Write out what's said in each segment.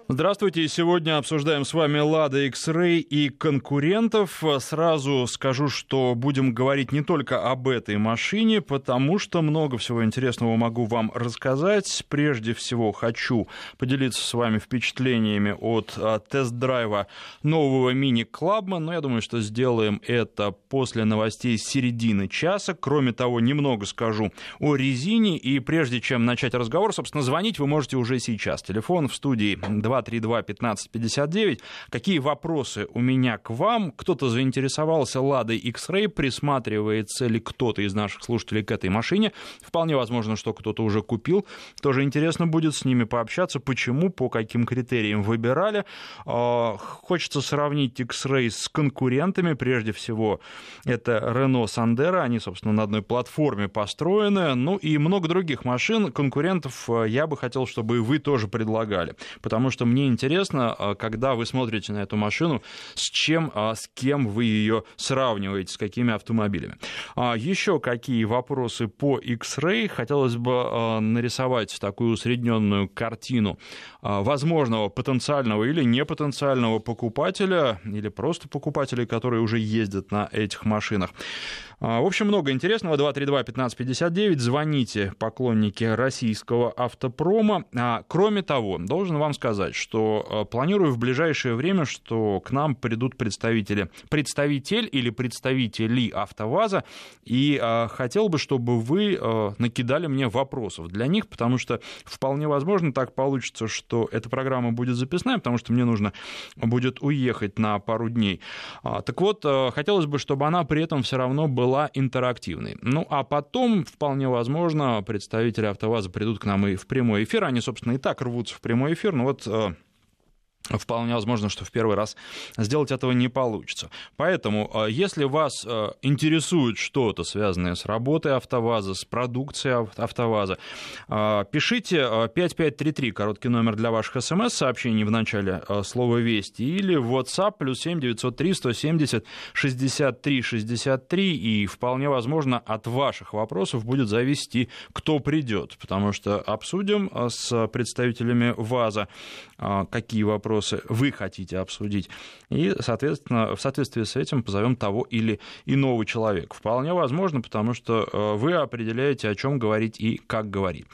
Здравствуйте. Сегодня обсуждаем с вами Lada X-Ray и конкурентов. Сразу скажу, что будем говорить не только об этой машине, потому что много всего интересного могу вам рассказать. Прежде всего, хочу поделиться с вами впечатлениями от тест-драйва нового Mini Clubman. Но я думаю, что сделаем это после новостей с середины часа. Кроме того, немного скажу о резине. И прежде чем начать разговор, собственно, звонить вы можете уже сейчас. Телефон в студии 232-1559. Какие вопросы у меня к вам? Кто-то заинтересовался Ладой X-Ray, присматривается ли кто-то из наших слушателей к этой машине. Вполне возможно, что кто-то уже купил. Тоже интересно будет с ними пообщаться. Почему, по каким критериям выбирали. Хочется сравнить X-Ray с конкурентами. Прежде всего, это Renault Sandero. Они, собственно, на одной платформе построены. Ну и много других машин. Конкурентов я бы хотел, чтобы и вы тоже предлагали. Потому что мне интересно, когда вы смотрите на эту машину, с чем, с кем вы ее сравниваете, с какими автомобилями. Еще какие вопросы по X-Ray? Хотелось бы нарисовать такую усредненную картину возможного потенциального или непотенциального покупателя, или просто покупателей, которые уже ездят на этих машинах. В общем, много интересного. 232-1559. Звоните, поклонники российского автопрома. Кроме того, должен вам сказать, что планирую в ближайшее время, что к нам придут представитель или представители АвтоВАЗа, и хотел бы, чтобы вы накидали мне вопросов для них, потому что вполне возможно так получится, что эта программа будет записная, потому что мне нужно будет уехать на пару дней. Так вот, хотелось бы, чтобы она при этом все равно была интерактивной. Ну, а потом, вполне возможно, представители АвтоВАЗа придут к нам и в прямой эфир. Они, собственно, и так рвутся в прямой эфир, но вот вполне возможно, что в первый раз сделать этого не получится. Поэтому, если вас интересует что-то, связанное с работой АвтоВАЗа, с продукцией АвтоВАЗа, пишите 5533, короткий номер для ваших СМС-сообщений в начале слова «Вести», или в WhatsApp +7 903 170 63 63, и вполне возможно, от ваших вопросов будет зависеть, кто придет, потому что обсудим с представителями ВАЗа, какие вопросы вы хотите обсудить, и, соответственно, в соответствии с этим позовем того или иного человека. Вполне возможно, потому что вы определяете, о чем говорить и как говорить.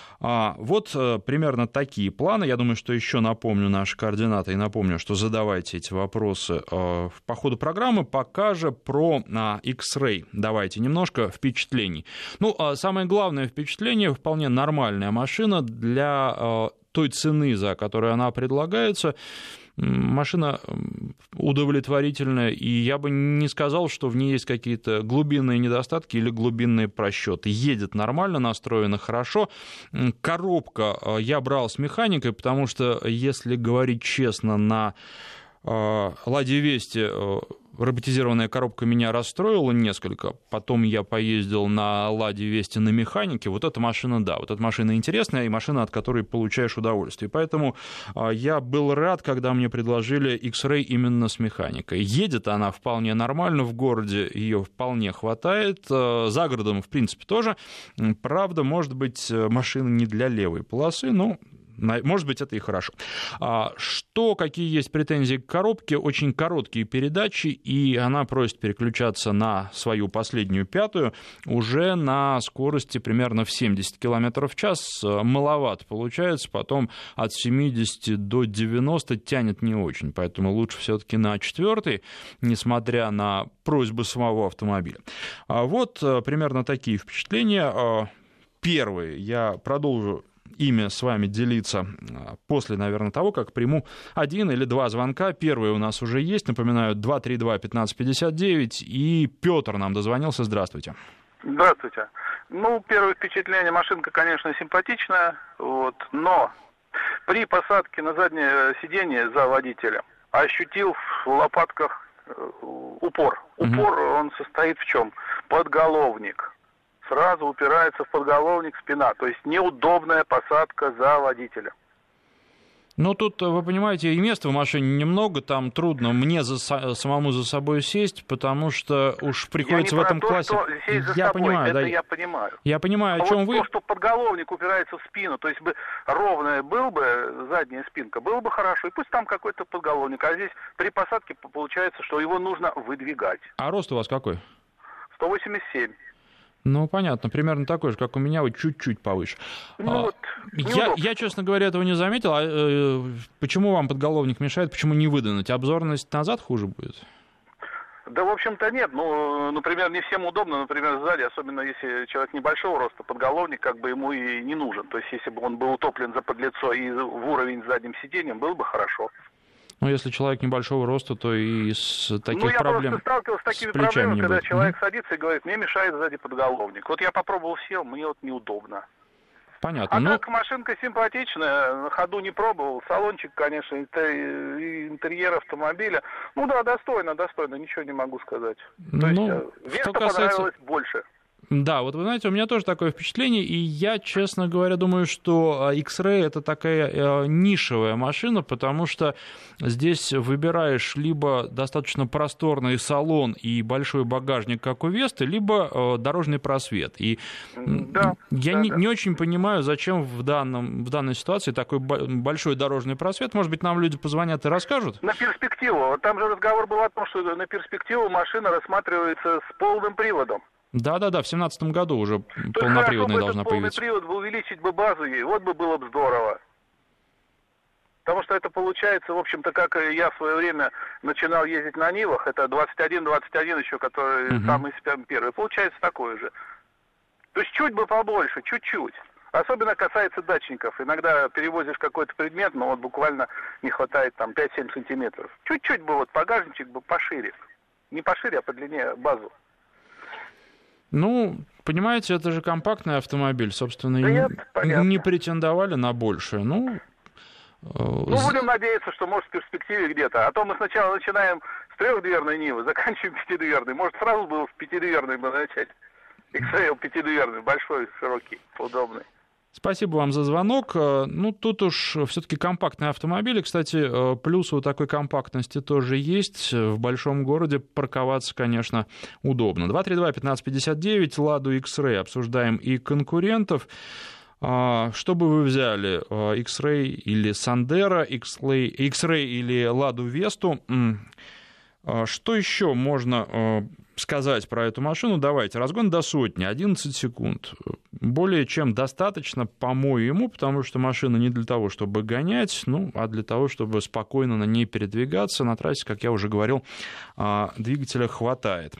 Вот примерно такие планы. Я думаю, что еще напомню наши координаты и напомню, что задавайте эти вопросы по ходу программы. Пока же про X-Ray давайте немножко впечатлений. Ну, самое главное впечатление — вполне нормальная машина для той цены, за которую она предлагается. Машина удовлетворительная, и я бы не сказал, что в ней есть какие-то глубинные недостатки или глубинные просчеты. Едет нормально, настроена хорошо. Коробка я брал с механикой, потому что, если говорить честно, на Ладе Весте роботизированная коробка меня расстроила несколько. Потом я поездил на Ладе Весте на механике. Вот эта машина, да, вот эта машина интересная, и машина, от которой получаешь удовольствие. Поэтому я был рад, когда мне предложили X-Ray именно с механикой. Едет она вполне нормально в городе, ее вполне хватает. За городом, в принципе, тоже. Правда, может быть, машина не для левой полосы, но может быть, это и хорошо. Какие есть претензии к коробке? Очень короткие передачи, и она просит переключаться на свою последнюю, пятую, уже на скорости примерно в 70 км в час. Маловато получается, потом от 70 до 90 тянет не очень, поэтому лучше все-таки на четвертой, несмотря на просьбы самого автомобиля. Вот примерно такие впечатления. Первые, я продолжу ими с вами делиться после, наверное, того, как приму один или два звонка. Первый у нас уже есть, напоминаю, 232-1559, и Петр нам дозвонился. Здравствуйте. Здравствуйте. Ну, первое впечатление, машинка, конечно, симпатичная, вот, но при посадке на заднее сиденье за водителем ощутил в лопатках упор. Упор, он состоит в чем? Подголовник. Сразу упирается в подголовник спина, то есть неудобная посадка за водителем. Ну, тут, вы понимаете, и места в машине немного, там трудно мне самому за собой сесть, потому что уж приходится в этом классе... Я понимаю, я понимаю. Я понимаю, о чем вы... то, что подголовник упирается в спину, то есть бы ровная был бы задняя спинка, было бы хорошо, и пусть там какой-то подголовник, а здесь при посадке получается, что его нужно выдвигать. А рост у вас какой? 187. Ну, понятно, примерно такой же, как у меня, вот чуть-чуть повыше. Я, честно говоря, этого не заметил. Почему вам подголовник мешает, почему не выдвинуть? Обзорность назад хуже будет? Да, в общем-то, нет. Ну, например, не всем удобно, например, сзади, особенно если человек небольшого роста, подголовник как бы ему и не нужен. То есть, если бы он был утоплен за подлицо и в уровень с задним сиденьем, было бы хорошо. Ну, если человек небольшого роста, то и с таких проблем... Я просто сталкивался с такими проблемами, когда человек садится и говорит, мне мешает сзади подголовник. Вот я попробовал, сел, мне вот неудобно. Понятно. А так машинка симпатичная, на ходу не пробовал. Салончик, конечно, интерьер автомобиля. Ну да, достойно, ничего не могу сказать. То есть, Веста понравилась больше. Да, вот вы знаете, у меня тоже такое впечатление, и я, честно говоря, думаю, что X-Ray — это такая нишевая машина, потому что здесь выбираешь либо достаточно просторный салон и большой багажник, как у Весты, либо дорожный просвет. И не очень понимаю, зачем в данной ситуации такой большой дорожный просвет. Может быть, нам люди позвонят и расскажут? На перспективу. Там же разговор был о том, что на перспективу машина рассматривается с полным приводом. Да-да-да, в 2017 году уже полноприводная должна появиться. Полный привод бы увеличить бы базу ей, вот бы было бы здорово. Потому что это получается, в общем-то, как я в свое время начинал ездить на Нивах, это 21 еще, который самый первый, получается такое же. То есть чуть бы побольше, чуть-чуть. Особенно касается дачников. Иногда перевозишь какой-то предмет, но вот буквально не хватает там 5-7 сантиметров. Чуть-чуть бы вот багажничек бы пошире. Не пошире, а по длине базу. Ну, понимаете, это же компактный автомобиль, собственно, не претендовали на большее. Ну, будем надеяться, что, может, в перспективе где-то. А то мы сначала начинаем с трехдверной Нивы, заканчиваем пятидверной. Может, сразу было с пятидверной бы начать. X-Trail пятидверный, большой, широкий, удобный. Спасибо вам за звонок. Ну, тут уж все-таки компактные автомобили. Кстати, плюсы у такой компактности тоже есть. В большом городе парковаться, конечно, удобно. 232-1559, Ладу X-Ray. Обсуждаем и конкурентов. Что бы вы взяли? X-Ray или Sandero, X-Ray или Ладу Весту? Что еще можно сказать про эту машину? Давайте. Разгон до сотни, 11 секунд. Более чем достаточно, по-моему, потому что машина не для того, чтобы гонять, а для того, чтобы спокойно на ней передвигаться. На трассе, как я уже говорил, двигателя хватает.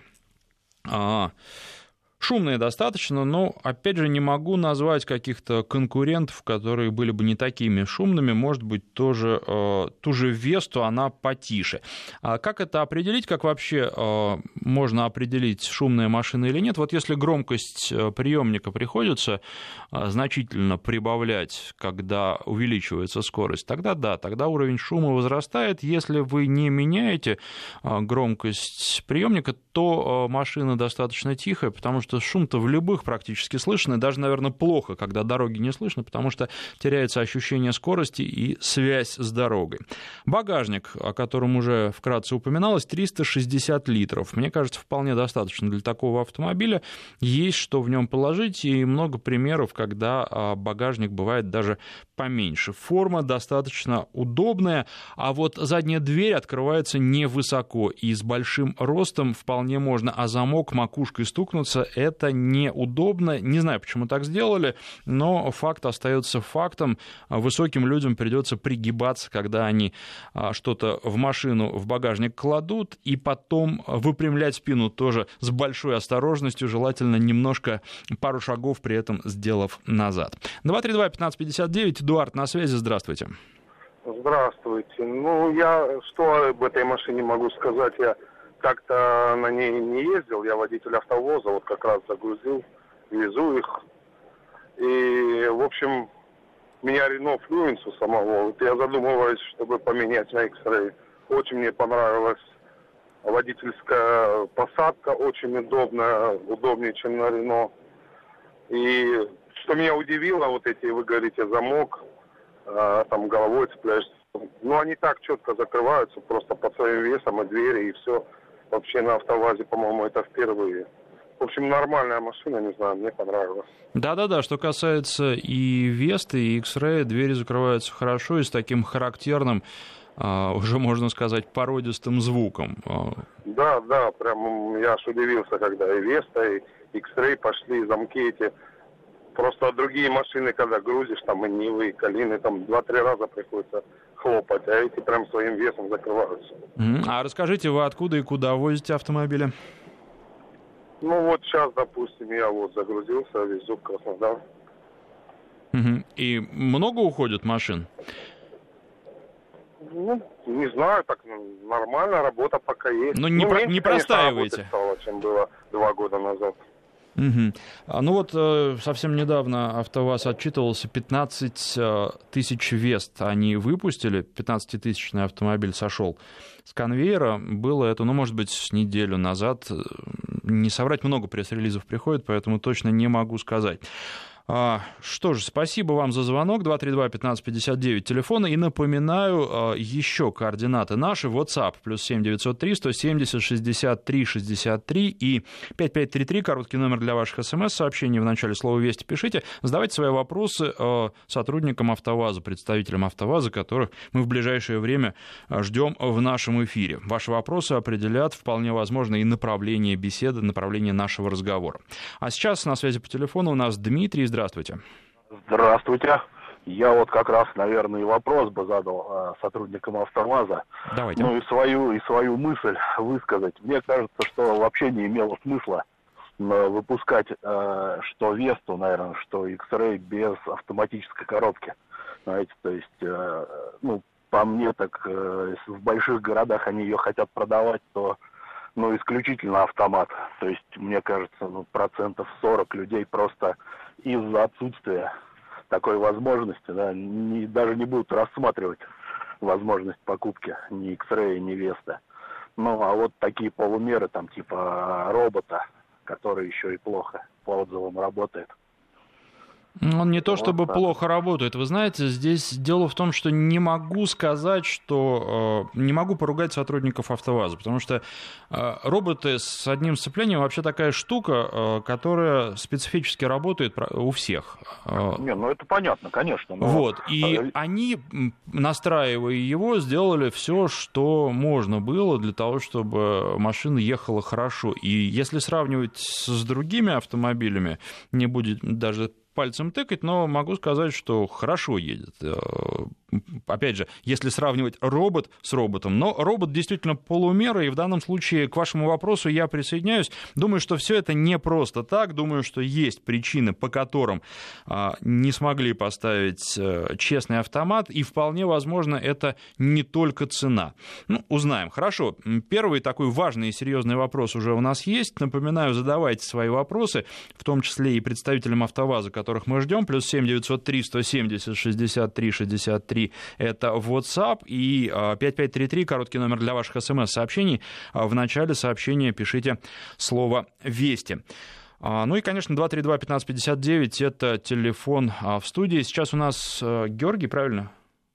Шумные достаточно, но, опять же, не могу назвать каких-то конкурентов, которые были бы не такими шумными. Может быть, ту же Весту, она потише. Как это определить? Как вообще можно определить, шумная машина или нет? Вот если громкость приемника приходится значительно прибавлять, когда увеличивается скорость, тогда да, тогда уровень шума возрастает. Если вы не меняете громкость приемника, то машина достаточно тихая, потому что шум-то в любых практически слышно, и даже, наверное, плохо, когда дороги не слышно, потому что теряется ощущение скорости и связь с дорогой. Багажник, о котором уже вкратце упоминалось, 360 литров. Мне кажется, вполне достаточно для такого автомобиля. Есть что в нем положить, и много примеров, когда багажник бывает даже поменьше. Форма достаточно удобная, а вот задняя дверь открывается невысоко, и с большим ростом вполне можно о замок макушкой стукнуться. Это неудобно. Не знаю, почему так сделали, но факт остается фактом. Высоким людям придется пригибаться, когда они что-то в машину, в багажник кладут, и потом выпрямлять спину тоже с большой осторожностью, желательно немножко, пару шагов при этом сделав назад. 232-1559, Эдуард на связи, здравствуйте. Здравствуйте. Я что об этой машине могу сказать? Я как-то на ней не ездил, я водитель автовоза, вот как раз загрузил, везу их. И, в общем, меня Renault Fluence у самого, вот я задумываюсь, чтобы поменять на X-Ray. Очень мне понравилась водительская посадка, очень удобная, удобнее, чем на Renault. И что меня удивило, вот эти, вы говорите, замок, там головой цепляешься. Ну, они так четко закрываются, просто под своим весом и двери, и все. Вообще на АвтоВАЗе, по-моему, это впервые. В общем, нормальная машина, не знаю, мне понравилась. Да-да-да, что касается и Весты, и X-Ray, двери закрываются хорошо и с таким характерным, уже можно сказать, породистым звуком. Да, прям я аж удивился, когда и Веста, и X-Ray пошли, замки эти. Просто другие машины, когда грузишь, там и Нивы, и Калины, там 2-3 раза приходится хлопать, а эти прям своим весом закрываются. А расскажите, вы откуда и куда возите автомобили? Ну вот сейчас, допустим, я вот загрузился, везу в Краснодар. И много уходит машин? Ну, не знаю, так нормально, работа пока есть. Но не, меньше, не конечно, простаиваете? Стало, чем было 2 года назад. Ну вот совсем недавно АвтоВАЗ отчитывался, 15 тысяч Вест они выпустили, 15-тысячный автомобиль сошел с конвейера. Было это, может быть, неделю назад. Не соврать, много пресс-релизов приходит, поэтому точно не могу сказать. Что же, спасибо вам за звонок, 232-1559 телефона, и напоминаю еще координаты наши, WhatsApp, +7 903 170 63 63 и 5533, короткий номер для ваших смс-сообщений, в начале слова «Вести» пишите, задавайте свои вопросы сотрудникам АвтоВАЗа, представителям АвтоВАЗа, которых мы в ближайшее время ждем в нашем эфире. Ваши вопросы определят, вполне возможно, и направление беседы, направление нашего разговора. А сейчас на связи по телефону у нас Дмитрий. Здравствуйте. Здравствуйте. Я вот как раз, наверное, и вопрос бы задал сотрудникам АвтоВАЗа. Давайте. Ну и свою мысль высказать. Мне кажется, что вообще не имело смысла выпускать что Весту, наверное, что X-Ray без автоматической коробки. Знаете, то есть, по мне, так в больших городах они ее хотят продавать, то исключительно автомат. То есть, мне кажется, 40% людей просто из-за отсутствия такой возможности, даже не будут рассматривать возможность покупки ни X-Ray, ни Веста. А вот такие полумеры, там типа робота, который еще и плохо по отзывам работает. Он не то чтобы плохо работает. Вы знаете, здесь дело в том, что не могу сказать, что... Не могу поругать сотрудников АвтоВАЗа, потому что роботы с одним сцеплением вообще такая штука, которая специфически работает у всех. Это понятно, конечно. Вот, и они, настраивая его, сделали все, что можно было для того, чтобы машина ехала хорошо. И если сравнивать с другими автомобилями, не будет даже пальцем тыкать, но могу сказать, что хорошо едет. Опять же, если сравнивать робот с роботом, но робот действительно полумера, и в данном случае к вашему вопросу я присоединяюсь. Думаю, что все это не просто так, думаю, что есть причины, по которым не смогли поставить честный автомат, и вполне возможно, это не только цена. Узнаем. Хорошо, первый такой важный и серьезный вопрос уже у нас есть. Напоминаю, задавайте свои вопросы, в том числе и представителям АвтоВАЗа, которых мы ждем, +7 903 170 63 63, это WhatsApp, и 5533, короткий номер для ваших смс-сообщений. В начале сообщения пишите слово «Вести». И, конечно, 232-1559, это телефон в студии. Сейчас у нас Георгий, правильно?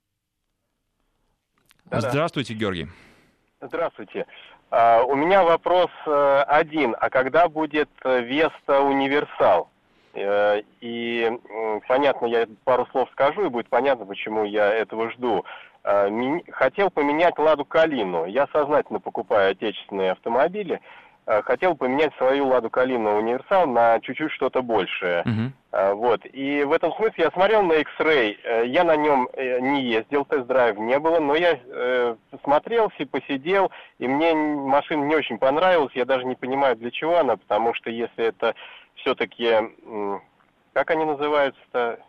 Да. Здравствуйте, Георгий. Здравствуйте. У меня вопрос один. А когда будет Веста Универсал? И понятно, я пару слов скажу, и будет понятно, почему я этого жду. Хотел поменять Ладу Калину. Я сознательно покупаю отечественные автомобили. Хотел поменять свою Ладу Калину Универсал на чуть-чуть что-то большее. Вот. И в этом смысле я смотрел на X-Ray. Я на нем не ездил, тест-драйв не было, но я смотрелся, посидел, и мне машина не очень понравилась. Я даже не понимаю, для чего она, потому что если это все-таки, как они называются-то?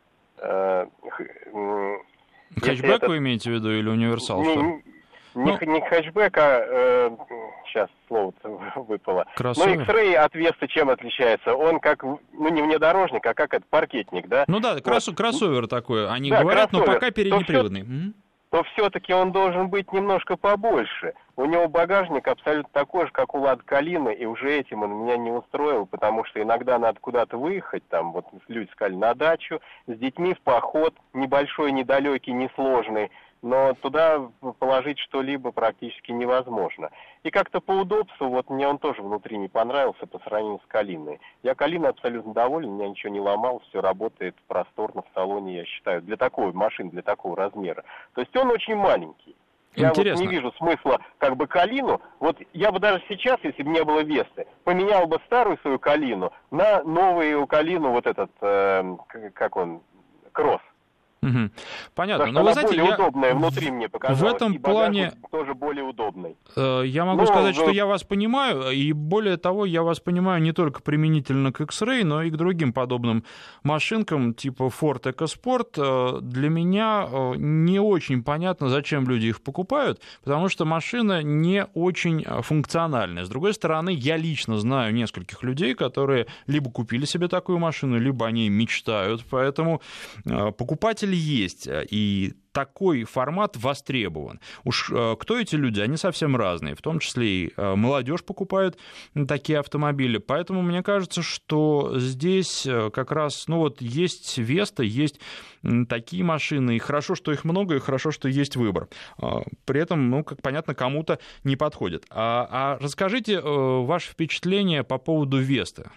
Хэтчбэк вы имеете в виду или универсал? Не хэтчбэк, а сейчас слово-то выпало. Кроссовер. X-Ray от Веста чем отличается? Он как, не внедорожник, а как это, паркетник, да? Кроссовер такой, они да, говорят, кроссовер. Но пока переднеприводный. то все-таки он должен быть немножко побольше. У него багажник абсолютно такой же, как у Лады Калины, и уже этим он меня не устроил, потому что иногда надо куда-то выехать, там вот люди сказали, на дачу, с детьми в поход, небольшой, недалекий, несложный, но туда положить что-либо практически невозможно. И как-то по удобству, вот мне он тоже внутри не понравился по сравнению с Калиной. Я Калиной абсолютно доволен, у меня ничего не ломалось, все работает просторно в салоне, я считаю, для такой машины, для такого размера. То есть он очень маленький. Я вот не вижу смысла как бы Калину. Вот я бы даже сейчас, если бы не было Весты, поменял бы старую свою Калину на новую Калину, вот этот, как он, Кросс. Угу. Понятно. Но вы знаете, более удобная внутри мне показалось. В этом плане тоже более удобный. Я могу сказать, что я вас понимаю, и более того, я вас понимаю не только применительно к X-Ray, но и к другим подобным машинкам типа Ford EcoSport. Для меня не очень понятно, зачем люди их покупают, потому что машина не очень функциональная. С другой стороны, я лично знаю нескольких людей, которые либо купили себе такую машину, либо они мечтают, поэтому покупатели есть, и такой формат востребован. Уж кто эти люди? Они совсем разные, в том числе и молодежь покупает такие автомобили, поэтому мне кажется, что здесь как раз, ну вот есть Веста, есть такие машины, и хорошо, что их много, и хорошо, что есть выбор. При этом, ну, как понятно, кому-то не подходит. А расскажите ваше впечатление по поводу Весты.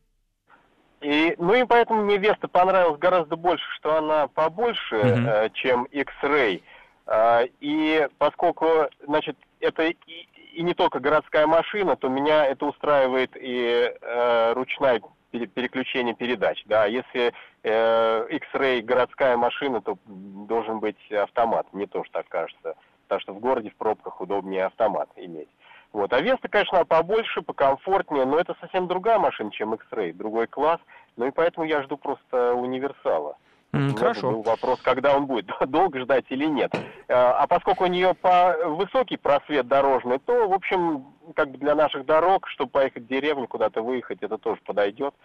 И поэтому мне Веста понравилась гораздо больше, что она побольше, чем X-Ray. И поскольку, значит, это и не только городская машина, то меня это устраивает и ручное переключение передач. Да, если X-Ray городская машина, то должен быть автомат. Мне тоже так кажется. Потому что в городе в пробках удобнее автомат иметь. Вот. А Веста, конечно, побольше, покомфортнее, но это совсем другая машина, чем X-Ray, другой класс. Ну и поэтому я жду просто универсала. Хорошо. Был вопрос, когда он будет, долго ждать или нет. А поскольку у нее высокий просвет дорожный, то, в общем, как бы для наших дорог, чтобы поехать в деревню, куда-то выехать, это тоже подойдет.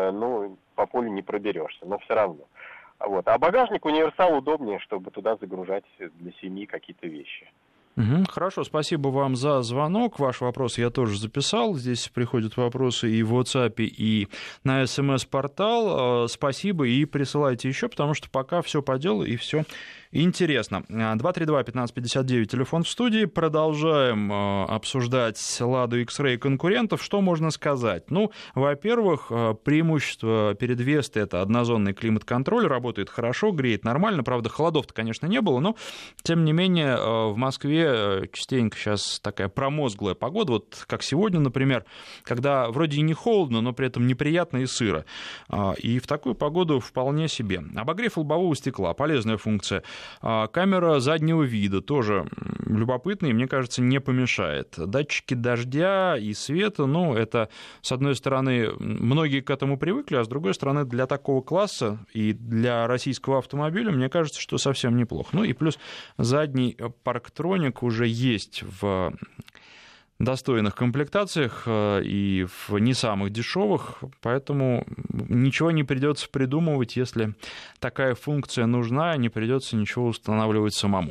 Ну, по полю не проберешься, но все равно. Вот. А багажник универсал удобнее, чтобы туда загружать для семьи какие-то вещи. Хорошо, спасибо вам за звонок. Ваш вопрос я тоже записал. Здесь приходят вопросы и в WhatsApp, и на СМС-портал. Спасибо и присылайте еще, потому что пока все по делу и все интересно. 232-1559, телефон в студии. Продолжаем обсуждать Ладу X-Ray конкурентов. Что можно сказать? Ну, во-первых, преимущество перед Вестой — это однозонный климат-контроль, работает хорошо, греет нормально. Правда, холодов-то, конечно, не было, но, тем не менее, в Москве частенько сейчас такая промозглая погода, вот как сегодня, например, когда вроде и не холодно, но при этом неприятно и сыро. И в такую погоду вполне себе. Обогрев лобового стекла — полезная функция. Камера заднего вида тоже любопытная и, мне кажется, не помешает. Датчики дождя и света, ну, это, с одной стороны, многие к этому привыкли, а с другой стороны, для такого класса и для российского автомобиля, мне кажется, что совсем неплохо. Ну и плюс задний парктроник уже есть в достойных комплектациях и в не самых дешевых, поэтому ничего не придется придумывать, если такая функция нужна, не придется ничего устанавливать самому.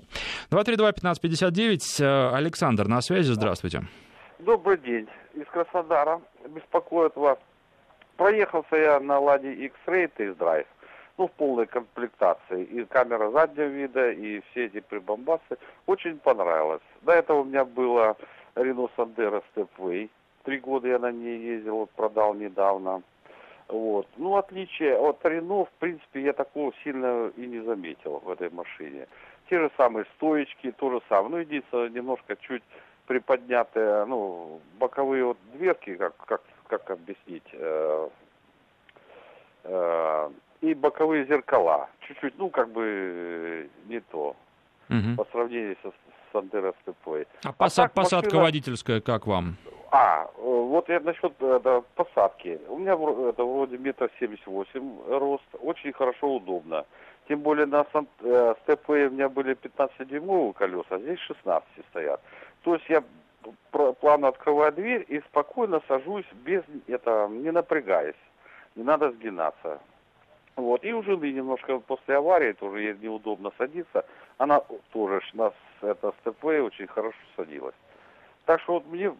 232-1559, Александр на связи, здравствуйте. Добрый день, из Краснодара, беспокоит вас. Проехался я на Ладе X-Ray тест-драйв, в полной комплектации, и камера заднего вида, и все эти прибамбасы, очень понравилось. До этого у меня было Renault Sandero Stepway. 3 года я на ней ездил, продал недавно. Вот. Отличие от Renault, в принципе, я такого сильно и не заметил в этой машине. Те же самые стоечки, то же самое. Единственное, немножко чуть приподнятые, боковые дверки, как объяснить, и боковые зеркала. Чуть-чуть, не то. По сравнению со Sandero Stepway. А посадка машина... водительская как вам? Вот я насчет посадки. У меня вроде 1,78 м рост. Очень хорошо, удобно. Тем более на Stepway у меня были 15-дюймовые колеса, а здесь 16 стоят. То есть я плавно открываю дверь и спокойно сажусь, не напрягаясь. Не надо сгинаться. Вот, и у жены немножко после аварии, тоже ей неудобно садиться, она тоже нас, это СТП, очень хорошо садилась. Так что вот мне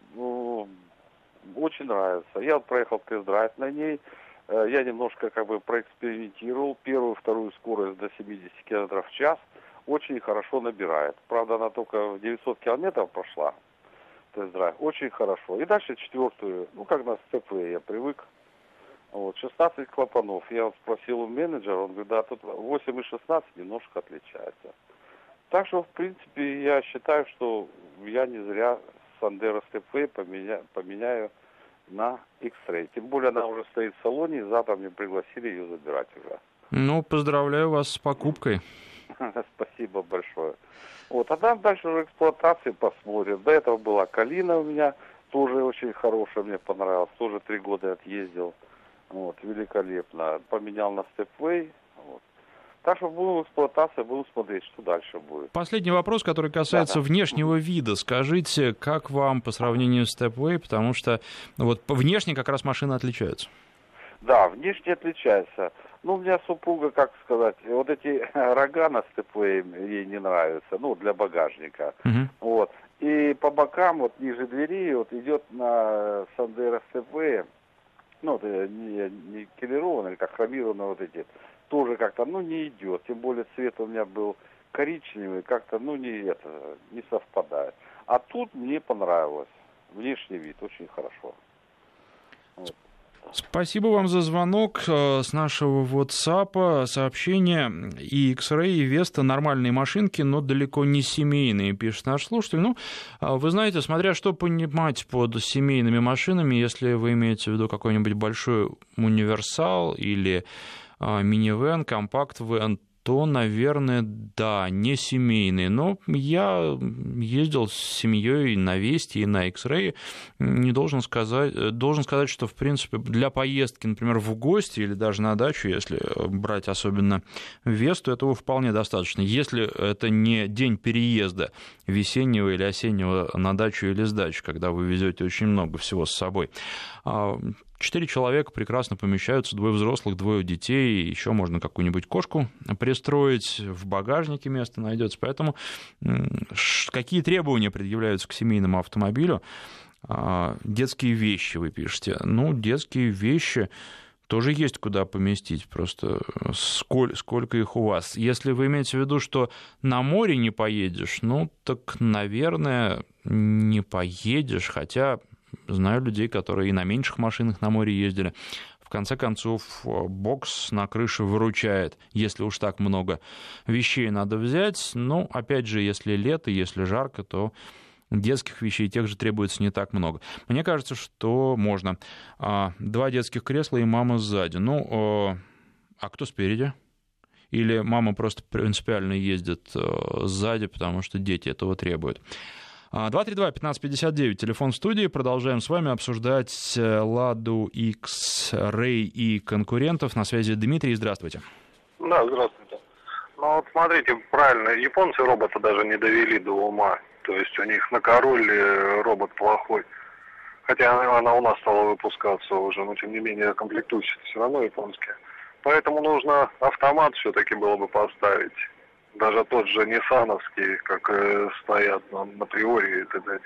очень нравится. Я вот проехал тест-драйв на ней, я немножко как бы проэкспериментировал, первую, вторую скорость до 70 км в час, очень хорошо набирает. Правда, она только в 900 километров прошла, тест-драйв, очень хорошо. И дальше четвертую, ну как на СТП я привык. Вот, 16 клапанов. Я вот спросил у менеджера, он говорит, да, тут 8 и 16 немножко отличается. Так что, в принципе, я считаю, что я не зря Sandero STP поменяю на X-Ray. Тем более она уже стоит в салоне, и завтра мне пригласили ее забирать уже. Ну, поздравляю вас с покупкой. Спасибо большое. Вот, а там дальше уже эксплуатации посмотрим. До этого была Калина у меня, тоже очень хорошая, мне понравилась. Тоже 3 года отъездил. Вот, великолепно. Поменял на Stepway. Вот. Так что будем в эксплуатации, будем смотреть, что дальше будет. Последний вопрос, который касается внешнего вида. Скажите, как вам по сравнению с Stepway, потому что вот внешне как раз машины отличаются. Да, внешне отличается. Ну, у меня супруга, как сказать, вот эти рога на Stepway ей не нравятся, ну, для багажника. Вот. И по бокам, вот ниже двери, вот идет на Sandero Stepway, ну, вот, не келированные, как хромированные вот эти, тоже как-то, ну, не идет. Тем более цвет у меня был коричневый, как-то, ну, не совпадает. А тут мне понравилось. Внешний вид очень хорошо. Вот. Спасибо вам за звонок с нашего WhatsApp. Сообщение: и X-Ray, и Vesta нормальные машинки, но далеко не семейные, пишет наш слушатель. Ну, вы знаете, смотря что понимать под семейными машинами, если вы имеете в виду какой-нибудь большой универсал или минивэн, компакт-вэн, то, наверное, да, не семейные. Но я ездил с семьей на Весте и на X-Ray. Должен сказать, что, в принципе, для поездки, например, в гости или даже на дачу, если брать особенно Весту, этого вполне достаточно. Если это не день переезда весеннего или осеннего на дачу или с дачи, когда вы везете очень много всего с собой. 4 человека прекрасно помещаются, 2 взрослых, 2 детей, еще можно какую-нибудь кошку пристроить, в багажнике место найдется. Поэтому какие требования предъявляются к семейному автомобилю? Детские вещи, вы пишете. Ну, детские вещи тоже есть куда поместить, просто сколько их у вас. Если вы имеете в виду, что на море не поедешь, ну, так, наверное, не поедешь, хотя... Знаю людей, которые и на меньших машинах на море ездили. В конце концов, бокс на крыше выручает, если уж так много вещей надо взять. Но, опять же, если лето, если жарко, то детских вещей тех же требуется не так много. Мне кажется, что можно. 2 детских кресла и мама сзади. Ну, а кто спереди? Или мама просто принципиально ездит сзади, потому что дети этого требуют? 232-1559, телефон в студии. Продолжаем с вами обсуждать Ладу X-Ray и конкурентов. На связи Дмитрий, здравствуйте. Да, здравствуйте. Ну вот смотрите, правильно, японцы робота даже не довели до ума. То есть у них на Королле робот плохой. Хотя она у нас стала выпускаться уже, но тем не менее комплектующие все равно японские. Поэтому нужно автомат все-таки было бы поставить. Даже тот же ниссановский, как стоят на приоре и т.д.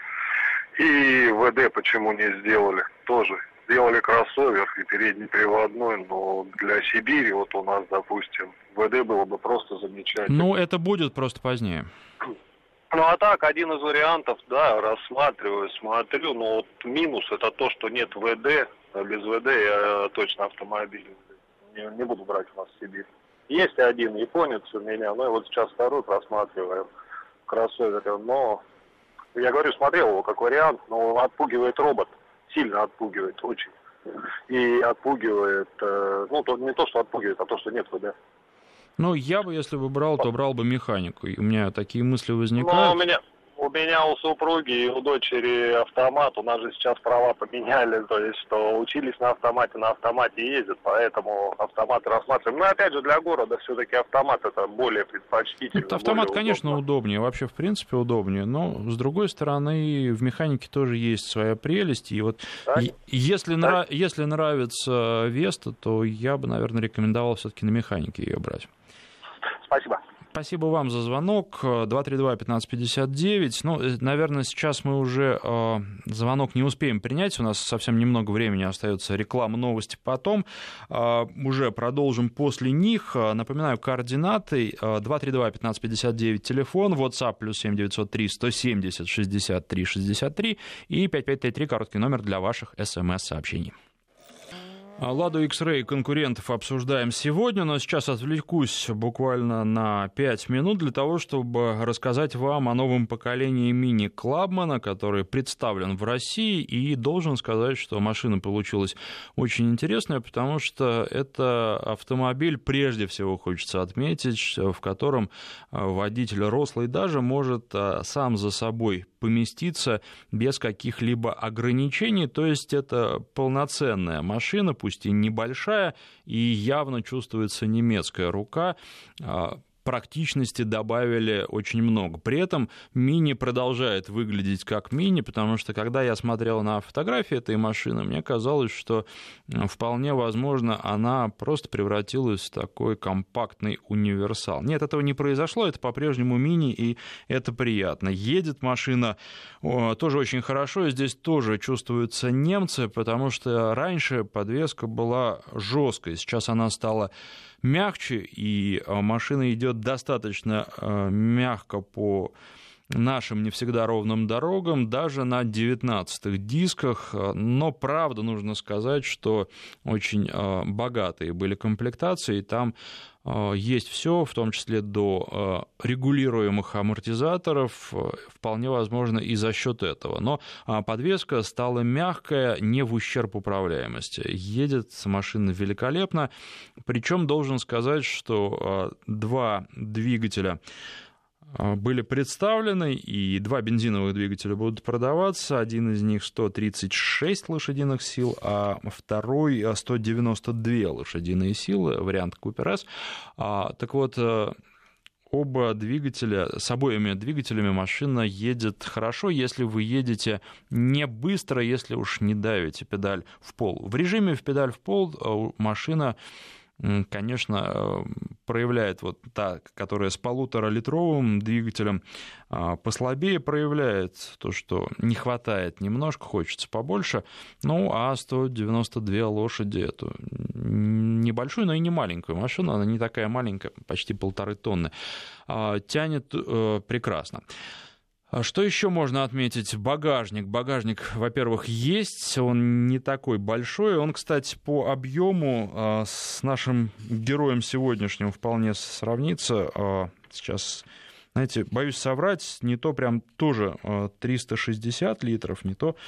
И ВД почему не сделали? Тоже сделали кроссовер и передний приводной, но для Сибири, вот у нас, допустим, ВД было бы просто замечательно. Ну, это будет просто позднее. Ну, а так, один из вариантов, да, рассматриваю, смотрю, но вот минус это то, что нет ВД, а без ВД я точно автомобиль не буду брать у нас в Сибирь. Есть один японец у меня, ну и вот сейчас второй просматриваем кроссовер, но я говорю, смотрел его как вариант, но отпугивает робот, сильно отпугивает очень. И отпугивает, ну то, не то, что отпугивает, а то, что нет ВД. Ну, я бы, если бы брал, то брал бы механику. И у меня такие мысли возникают. Ну, у меня, меня у супруги и у дочери автомат. У нас же сейчас права поменяли, то есть что учились на автомате ездят, поэтому автоматы рассматриваем. Но опять же для города все-таки автомат это более предпочтительно. Автомат, более конечно, удобно. удобнее, вообще в принципе удобнее, но с другой стороны в механике тоже есть своя прелесть. И вот если нравится Веста, то я бы, наверное, рекомендовал все-таки на механике ее брать. Спасибо. Спасибо вам за звонок. 232-1559. Ну, наверное, сейчас мы уже звонок не успеем принять. У нас совсем немного времени остается. Реклама, новости потом. Уже продолжим после них. Напоминаю, координаты. 232-1559 телефон. WhatsApp +7 903 170 63 63 и 5533 короткий номер для ваших СМС-сообщений. Ладу X-Ray конкурентов обсуждаем сегодня, но сейчас отвлекусь буквально на 5 минут для того, чтобы рассказать вам о новом поколении Мини Клабмана, который представлен в России, и должен сказать, что машина получилась очень интересная, потому что это автомобиль, прежде всего хочется отметить, в котором водитель рослый даже может сам за собой поместиться без каких-либо ограничений, то есть это полноценная машина, пусть и небольшая, и явно чувствуется немецкая рука. Практичности добавили очень много. При этом Мини продолжает выглядеть как Мини, потому что, когда я смотрел на фотографии этой машины, мне казалось, что вполне возможно она просто превратилась в такой компактный универсал. Нет, этого не произошло, это по-прежнему Мини, и это приятно. Едет машина тоже очень хорошо, и здесь тоже чувствуются немцы, потому что раньше подвеска была жесткой, сейчас она стала мягче, и машина идет достаточно мягко по нашим не всегда ровным дорогам, даже на 19-х дисках. Но, правда, нужно сказать, что очень богатые были комплектации, и там есть все, в том числе до регулируемых амортизаторов, вполне возможно и за счет этого. Но подвеска стала мягкая, не в ущерб управляемости. Едет машина великолепно, причем должен сказать, что два двигателя были представлены, и два бензиновых двигателя будут продаваться. Один из них 136 лошадиных сил, а второй 192 лошадиные силы, вариант Cooper S. Так вот, оба двигателя, с обоими двигателями машина едет хорошо, если вы едете не быстро, если уж не давите педаль в пол. В режиме в педаль в пол машина, конечно, проявляет вот та, которая с 1,5-литровым двигателем, послабее проявляет то, что не хватает немножко, хочется побольше. Ну, а 192 лошади — это небольшую, но и не маленькую машину, она не такая маленькая, почти 1,5 тонны, тянет прекрасно. Что еще можно отметить? Багажник. Багажник, во-первых, есть, он не такой большой. Он, кстати, по объему с нашим героем сегодняшним вполне сравнится. Сейчас, знаете, боюсь соврать, не то прям тоже 360 литров, не то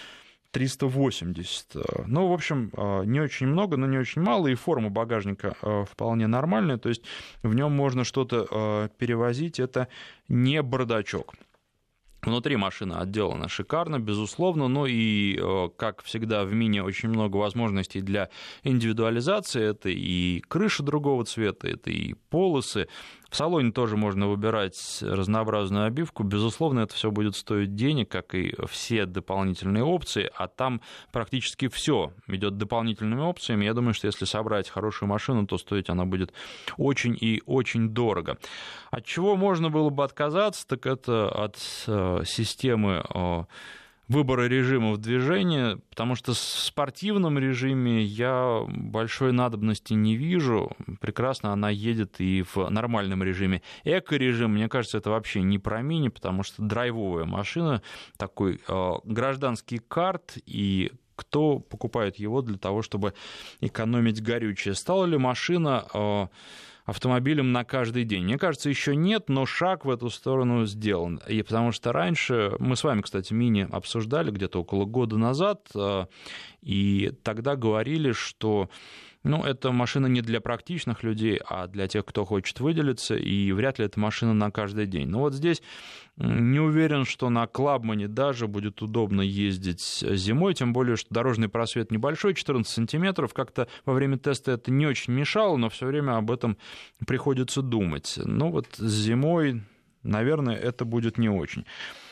380. Ну, в общем, не очень много, но не очень мало, и форма багажника вполне нормальная, то есть в нем можно что-то перевозить, это не бардачок. Внутри машина отделана шикарно, безусловно, но и, как всегда, в Мини очень много возможностей для индивидуализации. Это и крыша другого цвета, это и полосы. В салоне тоже можно выбирать разнообразную обивку. Безусловно, это все будет стоить денег, как и все дополнительные опции, а там практически все идет дополнительными опциями. Я думаю, что если собрать хорошую машину, то стоить она будет очень и очень дорого. От чего можно было бы отказаться, так это от системы выбора режимов движения, потому что в спортивном режиме я большой надобности не вижу. Прекрасно она едет и в нормальном режиме. Эко-режим, мне кажется, это вообще не про Мини, потому что драйвовая машина, такой гражданский карт, и кто покупает его для того, чтобы экономить горючее? Стала ли машина автомобилем на каждый день? Мне кажется, еще нет, но шаг в эту сторону сделан. И потому что раньше, мы с вами, кстати, Мини обсуждали где-то около года назад, и тогда говорили, что Ну, это машина не для практичных людей, а для тех, кто хочет выделиться, и вряд ли это машина на каждый день. Но вот здесь не уверен, что на Клабмане даже будет удобно ездить зимой, тем более, что дорожный просвет небольшой, 14 сантиметров. Как-то во время теста это не очень мешало, но все время об этом приходится думать. Ну вот зимой, наверное, это будет не очень.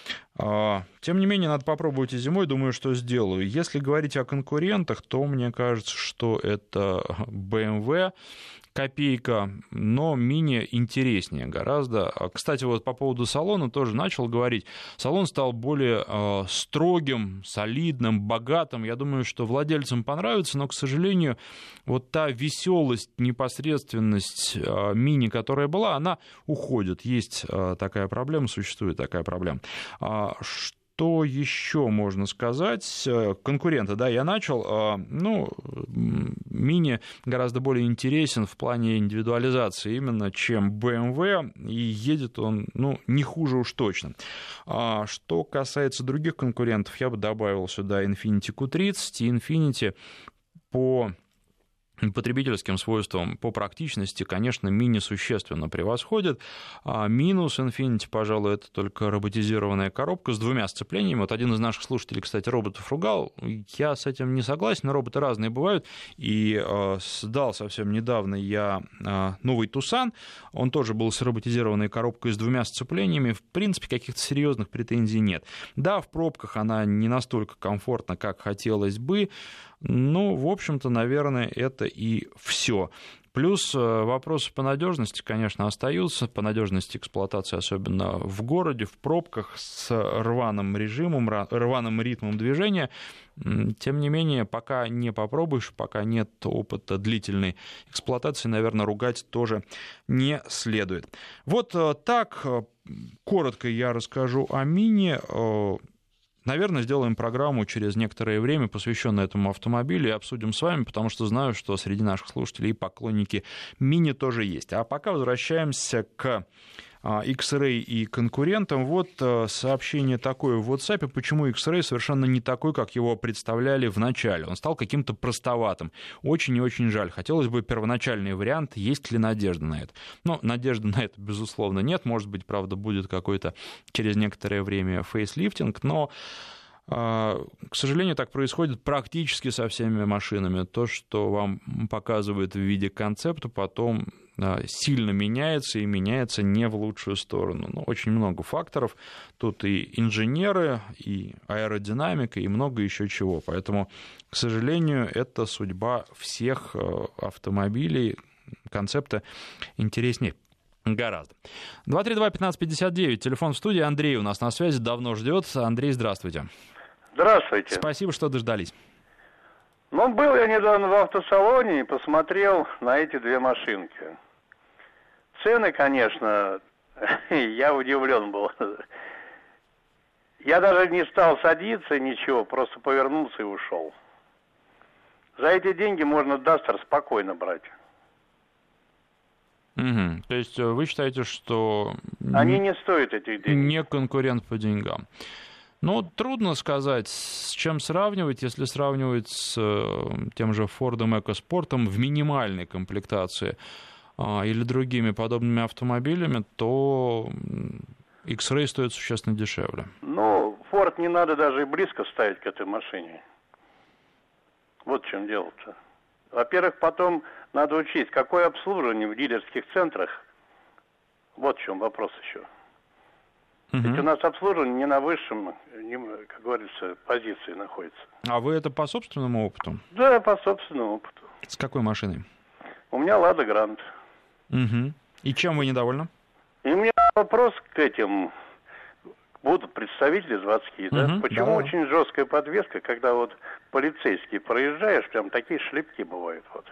Тем не менее, надо попробовать и зимой, думаю, что сделаю. Если говорить о конкурентах, то мне кажется, что это BMW, копейка, но Mini интереснее гораздо. Кстати, вот по поводу салона тоже начал говорить. Салон стал более строгим, солидным, богатым. Я думаю, что владельцам понравится, но, к сожалению, вот та веселость, непосредственность Mini, которая была, она уходит. Есть такая проблема, существует такая проблема. Что еще можно сказать? Конкуренты, да, я начал. Ну, Mini гораздо более интересен в плане индивидуализации именно, чем BMW, и едет он, ну, не хуже уж точно. Что касается других конкурентов, я бы добавил сюда Infiniti Q30 и Infiniti по потребительским свойствам, по практичности, конечно, Mini существенно превосходит. Минус Infiniti, пожалуй, это только роботизированная коробка с двумя сцеплениями. Вот один из наших слушателей, кстати, роботов ругал. Я с этим не согласен, роботы разные бывают. И сдал совсем недавно я новый Tucson. Он тоже был с роботизированной коробкой с двумя сцеплениями. В принципе, каких-то серьезных претензий нет. Да, в пробках она не настолько комфортна, как хотелось бы. Ну, в общем-то, наверное, это и все. Плюс вопросы по надежности, конечно, остаются, по надежности эксплуатации, особенно в городе, в пробках с рваным режимом, рваным ритмом движения. Тем не менее, пока не попробуешь, пока нет опыта длительной эксплуатации, наверное, ругать тоже не следует. Вот так коротко я расскажу о Mini. Наверное, сделаем программу через некоторое время, посвященную этому автомобилю, и обсудим с вами, потому что знаю, что среди наших слушателей поклонники Mini тоже есть. А пока возвращаемся к X-Ray и конкурентам. Вот сообщение такое в WhatsApp, почему X-Ray совершенно не такой, как его представляли в начале. Он стал каким-то простоватым. Очень и очень жаль. Хотелось бы первоначальный вариант, есть ли надежда на это. Но надежды на это, безусловно, нет. Может быть, правда, будет какой-то через некоторое время фейслифтинг, но к сожалению, так происходит практически со всеми машинами. То, что вам показывают в виде концепта, потом сильно меняется, и меняется не в лучшую сторону. Но очень много факторов. Тут и инженеры, и аэродинамика, и много еще чего. Поэтому, к сожалению, это судьба всех автомобилей. Концепта интереснее гораздо. 232-1559, телефон в студии. Андрей у нас на связи, давно ждет. Андрей, здравствуйте. Здравствуйте. Спасибо, что дождались. Ну, был я недавно в автосалоне и посмотрел на эти две машинки. Цены, конечно, я удивлен был. Я даже не стал садиться, ничего, просто повернулся и ушел. За эти деньги можно Дастер спокойно брать. Угу. То есть вы считаете, что они не стоят этих денег? Не конкурент по деньгам. Ну, трудно сказать, с чем сравнивать. Если сравнивать с тем же Ford'ом EcoSport'ом в минимальной комплектации или другими подобными автомобилями, то X-Ray стоит существенно дешевле. Ну, Ford не надо даже и близко ставить к этой машине. Вот в чем дело-то. Во-первых, потом надо учесть, какое обслуживание в дилерских центрах. Вот в чем вопрос еще. Ведь у нас обслуживание не на высшем, как говорится, позиции находится. А вы это по собственному опыту? Да, по собственному опыту. С какой машиной? У меня Лада Грант. Угу. И чем вы недовольны? И у меня вопрос к этим. Будут представители заводские, да? Почему очень жесткая подвеска, когда вот полицейские проезжаешь, прям такие шлепки бывают вот.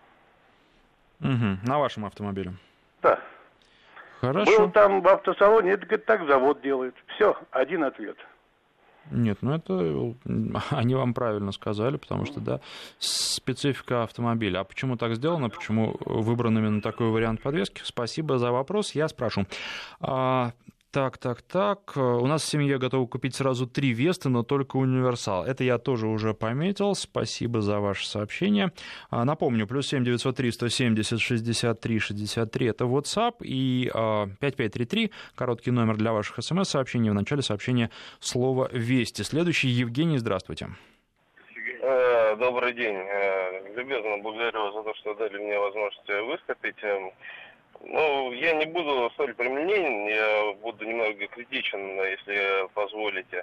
На вашем автомобиле? Да. Хорошо. Был там в автосалоне, это, говорит, так завод делает. Все, один ответ. Нет, ну это они вам правильно сказали, потому что, да, специфика автомобиля. А почему так сделано, почему выбран именно такой вариант подвески? Спасибо за вопрос, я спрошу. Так. У нас в семье готовы купить сразу 3 Весты, но только универсал. Это я тоже уже пометил. Спасибо за ваше сообщение. Напомню, +7 903 170 63 63 это WhatsApp и 5533, короткий номер для ваших СМС-сообщений. В начале сообщения слово «Вести». Следующий Евгений, здравствуйте. Добрый день. Любезно благодарю вас за то, что дали мне возможность выступить. Ну, я не буду столь прямолинеен, я буду немного критичен, если позволите.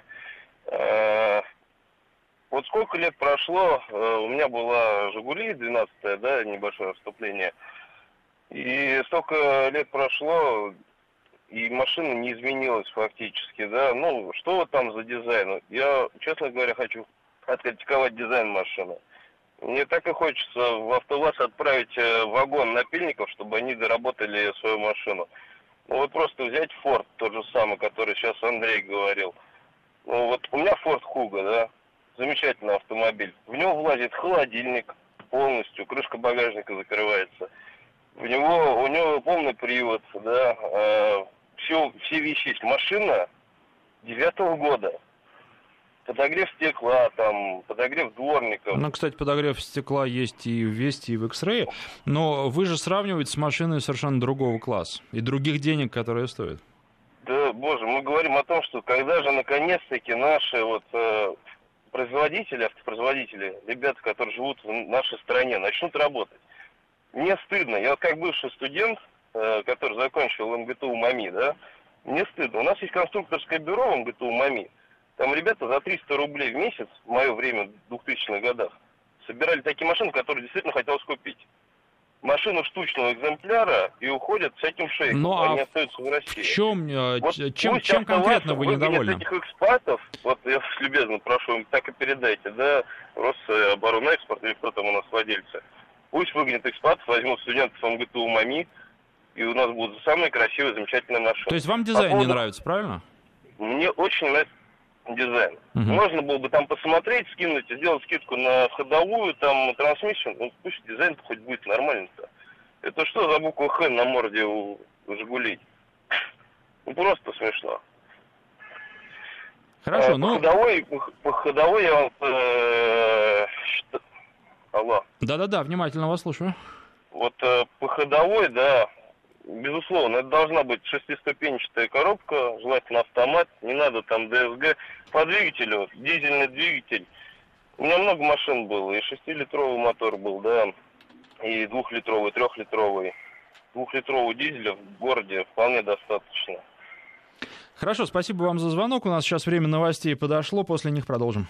Вот сколько лет прошло, у меня была «Жигули» 12-я, да, небольшое вступление. И столько лет прошло, и машина не изменилась фактически, да. Ну, что вот там за дизайн? Я, честно говоря, хочу откритиковать дизайн машины. Мне так и хочется в АвтоВАЗ отправить вагон напильников, чтобы они доработали свою машину. Ну вот просто взять Форд, тот же самый, который сейчас Андрей говорил. Ну вот у меня Форд Хуго, да, замечательный автомобиль. В него влазит холодильник полностью, крышка багажника закрывается. У него полный привод, да, все вещи есть. Машина 9-го года. Подогрев стекла, там, подогрев дворников. Ну, кстати, подогрев стекла есть и в Весте, и в X-Ray, но вы же сравниваете с машиной совершенно другого класса и других денег, которые стоят. Да, боже, мы говорим о том, что когда же наконец-таки наши вот производители, автопроизводители, ребята, которые живут в нашей стране, начнут работать. Мне стыдно, я вот как бывший студент, который закончил МГТУ МАМИ, да, мне стыдно. У нас есть конструкторское бюро в МГТУ МАМИ. Там ребята за 300 рублей в месяц, в мое время, в 2000-х годах, собирали такие машины, которые действительно хотелось купить. Машину штучного экземпляра и уходят с этим шейхом. Ну, они остаются в России. Чем конкретно вы недовольны? Этих экспатов, вот я вас любезно прошу, так и передайте, да, Рособоронэкспорт или кто там у нас владельцы. Пусть выгонят экспатов, возьмут студентов МГТУ МАМИ, и у нас будут самые красивые, замечательные машины. То есть вам дизайн не нравится, правильно? Мне очень нравится дизайн. Можно было бы там посмотреть, скинуть, сделать скидку на ходовую, там, трансмиссию, ну, пусть дизайн хоть будет нормальный-то. Это что за буква «Х» на морде у «Жигулей»? Ну, просто смешно. Хорошо, по ходовой я вам... Алло. Да-да-да, внимательно вас слушаю. Вот по ходовой, да, безусловно, это должна быть 6-ступенчатая коробка, желательно автомат, не надо там ДСГ. По двигателю, дизельный двигатель. У меня много машин было, и 6-литровый мотор был, да, и 2-литровый, 3-литровый. 2-литрового дизеля в городе вполне достаточно. Хорошо, спасибо вам за звонок. У нас сейчас время новостей подошло, после них продолжим.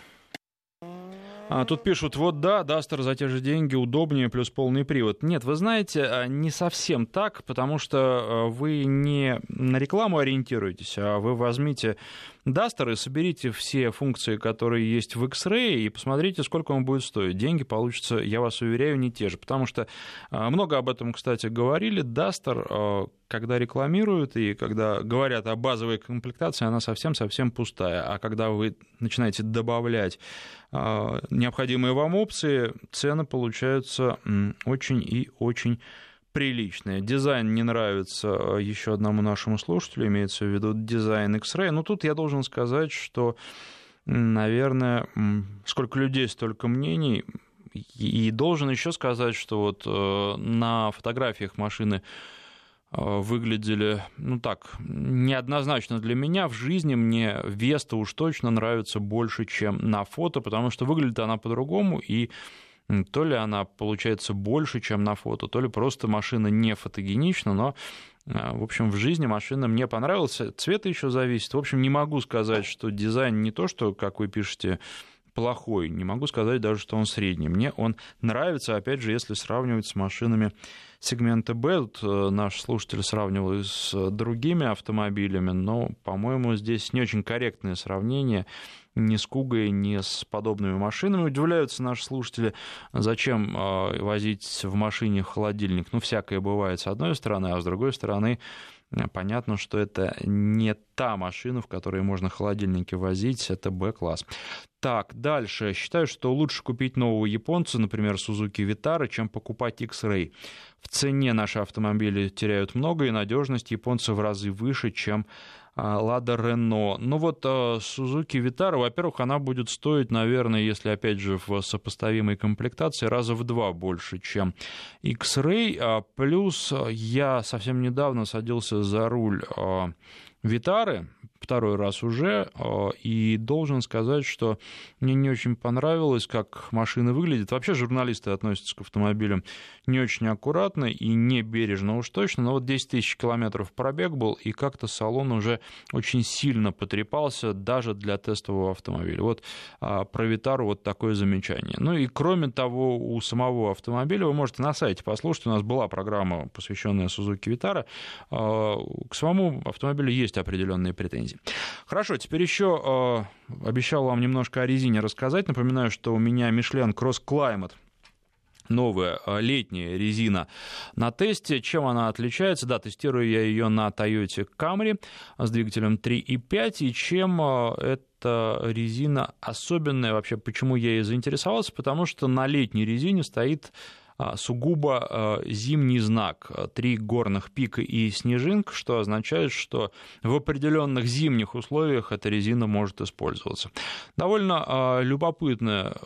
Тут пишут, вот да, Дастер за те же деньги удобнее, плюс полный привод. Нет, вы знаете, не совсем так, потому что вы не на рекламу ориентируетесь, а вы возьмите Дастер и соберите все функции, которые есть в X-Ray, и посмотрите, сколько он будет стоить. Деньги получатся, я вас уверяю, не те же, потому что много об этом, кстати, говорили. Дастер, когда рекламируют и когда говорят о базовой комплектации, она совсем-совсем пустая. А когда вы начинаете добавлять необходимые вам опции, цены получаются очень и очень приличные. Дизайн не нравится еще одному нашему слушателю, имеется в виду дизайн X-Ray. Но тут я должен сказать, что, наверное, сколько людей, столько мнений. И должен еще сказать, что вот на фотографиях машины выглядели, ну так, неоднозначно для меня. В жизни мне Веста уж точно нравится больше, чем на фото, потому что выглядит она по-другому, и то ли она получается больше, чем на фото, то ли просто машина не фотогенична, но, в общем, в жизни машина мне понравилась. Цвет еще зависит. В общем, не могу сказать, что дизайн не то, что, как вы пишете, плохой. Не могу сказать даже, что он средний. Мне он нравится, опять же, если сравнивать с машинами сегмента Б. Тут наш слушатель сравнивал и с другими автомобилями, но, по-моему, здесь не очень корректное сравнение ни с Кугой, ни с подобными машинами. Удивляются наши слушатели, зачем возить в машине холодильник. Ну, всякое бывает с одной стороны, а с другой стороны, понятно, что это не та машина, в которой можно холодильники возить, это Б-класс. Так, дальше. Считаю, что лучше купить нового японца, например, Suzuki Vitara, чем покупать X-Ray. В цене наши автомобили теряют много, и надежность японца в разы выше, чем Lada Renault. Ну вот Suzuki Vitara, во-первых, она будет стоить, наверное, если опять же в сопоставимой комплектации, раза в 2 больше, чем X-Ray. Плюс я совсем недавно садился за руль Витары, второй раз уже, и должен сказать, что мне не очень понравилось, как машина выглядит. Вообще журналисты относятся к автомобилям не очень аккуратно и не бережно уж точно, но вот 10 тысяч километров пробег был, и как-то салон уже очень сильно потрепался даже для тестового автомобиля. Вот про Витару вот такое замечание. Ну и кроме того, у самого автомобиля, вы можете на сайте послушать, у нас была программа, посвященная Suzuki Vitara, к самому автомобилю есть определенные претензии. Хорошо, теперь еще обещал вам немножко о резине рассказать. Напоминаю, что у меня Michelin Cross Climate. Новая летняя резина на тесте. Чем она отличается? Да, тестирую я ее на Toyota Camry с двигателем 3.5. И чем эта резина особенная вообще? Почему я ей заинтересовался? Потому что на летней резине стоит сугубо зимний знак. 3 горных пика и снежинка, что означает, что в определенных зимних условиях эта резина может использоваться. Довольно любопытная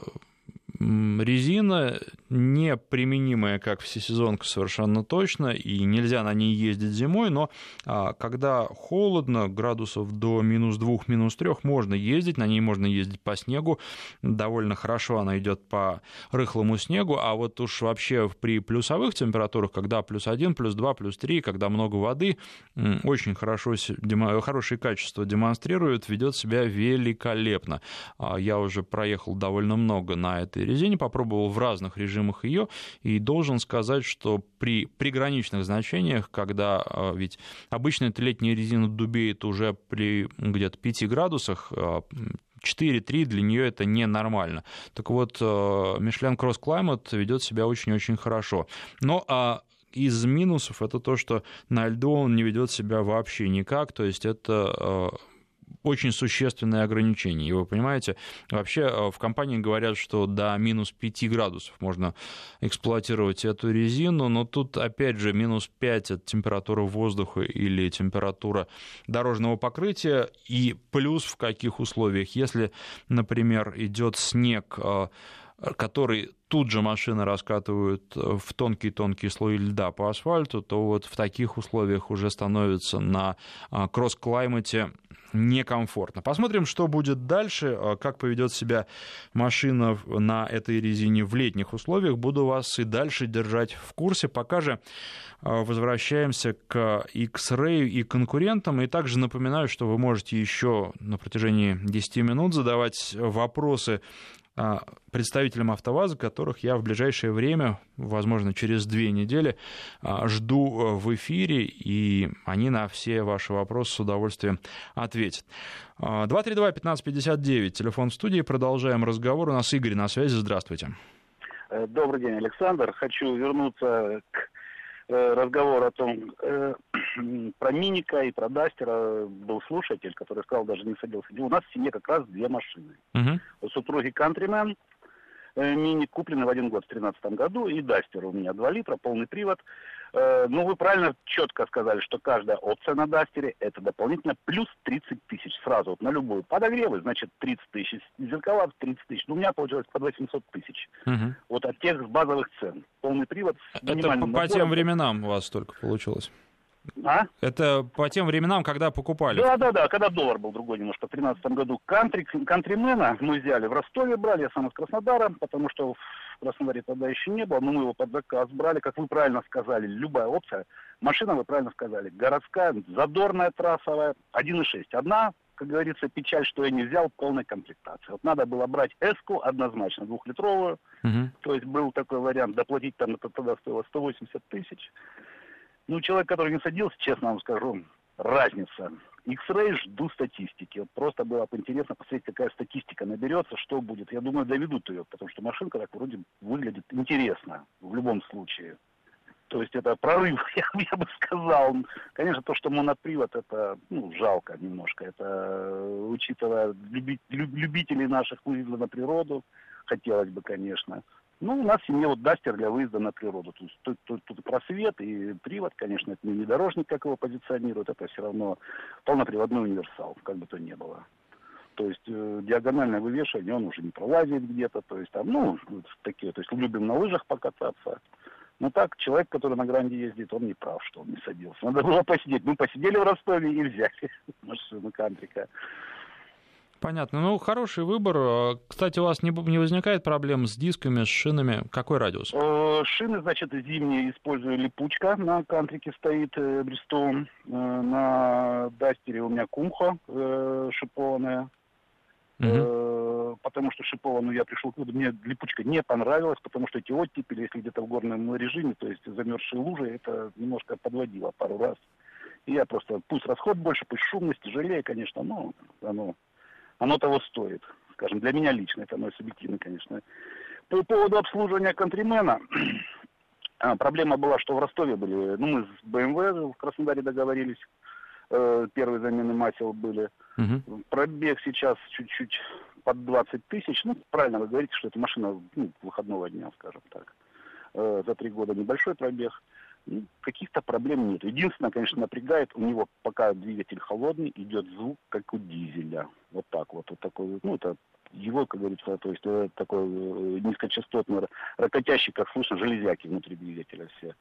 резина, неприменимая как всесезонка совершенно точно, и нельзя на ней ездить зимой, но когда холодно, градусов до -2, -3, можно ездить, на ней можно ездить по снегу, довольно хорошо она идет по рыхлому снегу, а вот уж вообще при плюсовых температурах, когда +1, +2, +3, когда много воды, очень хорошие качества демонстрирует, ведет себя великолепно. Я уже проехал довольно много на этой резине, попробовал в разных режимах ее, и должен сказать, что при приграничных значениях, когда ведь обычно эта летняя резина дубеет уже при где-то 5 градусах, 4-3 для нее это ненормально. Так вот, Michelin Cross Climate ведет себя очень-очень хорошо. Но из минусов это то, что на льду он не ведет себя вообще никак, то есть это очень существенное ограничение. И вы понимаете, вообще в компании говорят, что до -5 градусов можно эксплуатировать эту резину, но тут, опять же, -5 — это температура воздуха или температура дорожного покрытия, и плюс в каких условиях. Если, например, идет снег, который тут же машины раскатывают в тонкие-тонкие слои льда по асфальту, то вот в таких условиях уже становится на кросс-клаймате некомфортно. Посмотрим, что будет дальше, как поведет себя машина на этой резине в летних условиях. Буду вас и дальше держать в курсе. Пока же возвращаемся к X-Ray и конкурентам. И также напоминаю, что вы можете еще на протяжении 10 минут задавать вопросы представителям АвтоВАЗа, которых я в ближайшее время, возможно, через 2 недели, жду в эфире, и они на все ваши вопросы с удовольствием ответят. 232-1559, телефон в студии, продолжаем разговор. У нас Игорь на связи, здравствуйте. Добрый день, Александр. Хочу вернуться к разговору о том, про Миника и про Дастера. Был слушатель, который сказал, даже не садился. У нас в семье как раз 2 машины. У супруги Countryman, Миник купленный в 1 год в 2013 году, и Дастер у меня 2 литра, полный привод. Ну, вы правильно, четко сказали, что каждая опция на Дастере — это дополнительно плюс 30 тысяч сразу. Вот на любую подогревы, значит, 30 тысяч. Зеркала 30 тысяч. Ну, у меня получилось под 800 тысяч. Вот от тех базовых цен. Полный привод с минимальным Это по тем временам у вас столько получилось? Это по тем временам, когда покупали? Да, когда доллар был другой немножко. В 2013 году Кантримена мы взяли в Ростове, брали, я сам из Краснодара, потому что в Краснодаре тогда еще не было, но мы его под заказ брали, как вы правильно сказали, любая опция. Машина, вы правильно сказали, городская, задорная, трассовая, 1.6. Одна, как говорится, печаль, что я не взял полной комплектации. Вот надо было брать S-ку однозначно, 2-литровую, то есть был такой вариант, доплатить там, это тогда стоило 180 тысяч. Ну, человек, который не садился, честно вам скажу, разница. X-Ray жду статистики. Вот просто было бы интересно посмотреть, какая статистика наберется, что будет. Я думаю, доведут ее, потому что машинка так вроде выглядит интересно в любом случае. То есть это прорыв, я бы сказал. Конечно, то, что монопривод, это жалко немножко. Это, учитывая любителей наших выезда на природу, хотелось бы, конечно. Ну, у нас в семье вот Дастер для выезда на природу. То есть тут и просвет, и привод, конечно, это не внедорожник, как его позиционируют, это все равно полноприводной универсал, как бы то ни было. То есть диагональное вывешивание, он уже не пролазит где-то, то есть там, ну, такие, то есть любим на лыжах покататься. Но так, человек, который на Гранде ездит, он не прав, что он не садился. Надо было посидеть. Мы посидели в Ростове и взяли машину Кантрика. Понятно. Ну, хороший выбор. Кстати, у вас не возникает проблем с дисками, с шинами? Какой радиус? Шины, значит, зимние использую липучка. На Кантрике стоит Bridgestone. На Дастере у меня Кумхо шипованная. Потому что шипованную я пришел, мне липучка не понравилась, потому что эти оттепели, если где-то в горном режиме, то есть замерзшие лужи, это немножко подводило пару раз. И я просто, пусть расход больше, пусть шумность тяжелее, конечно, но оно того стоит, скажем, для меня лично, это мое субъективно, конечно. По поводу обслуживания Кантримена, проблема была, что в Ростове были, мы с BMW в Краснодаре договорились, первые замены масел были. Пробег сейчас чуть-чуть под 20 тысяч. Ну, правильно вы говорите, что это машина выходного дня, скажем так. За 3 года небольшой пробег. Каких-то проблем нет. Единственное, конечно, напрягает, у него пока двигатель холодный, идет звук, как у дизеля. Вот так вот. Вот такой, это его, как говорится, то есть такой низкочастотный, рокотящий, как слышно, железяки внутри двигателя все.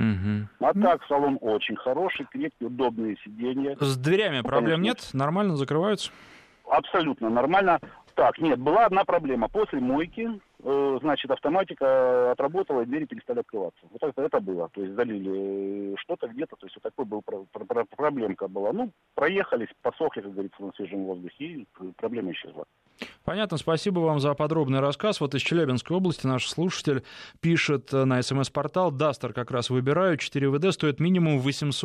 А так, салон очень хороший, крепкий, удобные сиденья. С дверями проблем нет? Нормально закрываются? Абсолютно нормально. Так, нет, была одна проблема. После мойки, значит, автоматика отработала, и двери перестали открываться. Вот это было. То есть залили что-то где-то, то есть вот такой был проблемка была. Ну, проехались, посохли, как говорится, на свежем воздухе, и проблема исчезла. Понятно, спасибо вам за подробный рассказ. Вот из Челябинской области наш слушатель пишет на СМС-портал: Дастер как раз выбираю, 4 ВД стоит минимум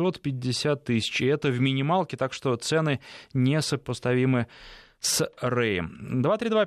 850 тысяч. И это в минималке, так что цены несопоставимы с Рэем.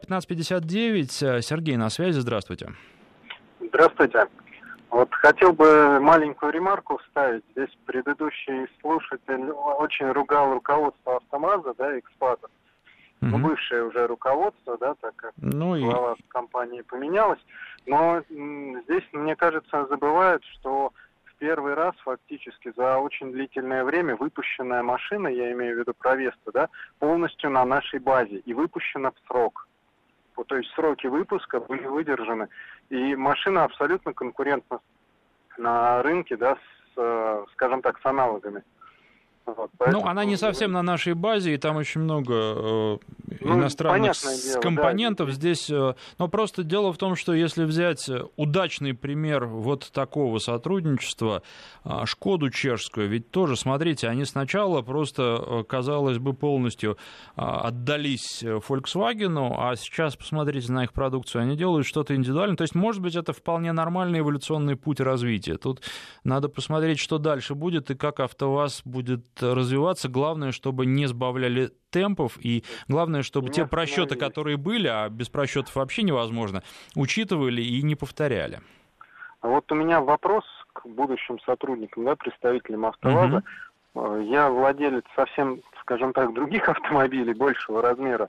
232-1559. Сергей на связи, здравствуйте. Здравствуйте. Вот хотел бы маленькую ремарку вставить. Здесь предыдущий слушатель очень ругал руководство АвтоВАЗа, да, экспата. Ну, бывшее уже руководство, да, так как глава компании поменялась. Но здесь, мне кажется, забывают, что в первый раз фактически за очень длительное время выпущенная машина, я имею в виду Провеста, да, полностью на нашей базе и выпущена в срок. То есть сроки выпуска были выдержаны. И машина абсолютно конкурентна на рынке, да, скажем так, с аналогами. Вот, поэтому... она не совсем на нашей базе, и там очень много иностранных компонентов. Да. Здесь, но просто дело в том, что если взять удачный пример вот такого сотрудничества, Шкоду чешскую, ведь тоже, смотрите, они сначала просто, казалось бы, полностью отдались Volkswagen, а сейчас, посмотрите на их продукцию, они делают что-то индивидуальное. То есть, может быть, это вполне нормальный эволюционный путь развития. Тут надо посмотреть, что дальше будет и как АвтоВАЗ будет развиваться. Главное, чтобы не сбавляли темпов, и главное, чтобы те просчеты, которые были, а без просчетов вообще невозможно, учитывали и не повторяли. Вот у меня вопрос к будущим сотрудникам, да, представителям АвтоВАЗа. Я владелец совсем, скажем так, других автомобилей большего размера,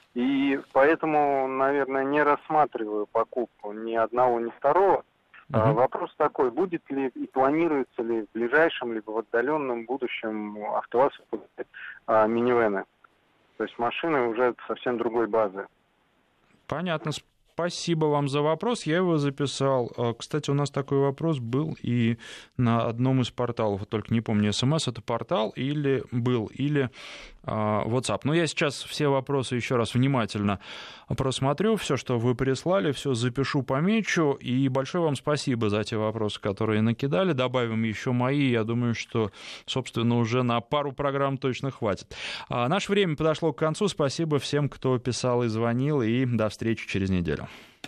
и поэтому, наверное, не рассматриваю покупку ни одного, ни второго. Вопрос такой: будет ли и планируется ли в ближайшем либо в отдаленном будущем АвтоВАЗ выпускать минивэны? То есть машины уже совсем другой базы. Понятно. Спасибо вам за вопрос, я его записал. Кстати, у нас такой вопрос был и на одном из порталов, только не помню, СМС это портал или был, или WhatsApp. Но я сейчас все вопросы еще раз внимательно просмотрю, все, что вы прислали, все запишу, помечу, и большое вам спасибо за те вопросы, которые накидали. Добавим еще мои, я думаю, что, собственно, уже на пару программ точно хватит. Наше время подошло к концу, спасибо всем, кто писал и звонил, и до встречи через неделю.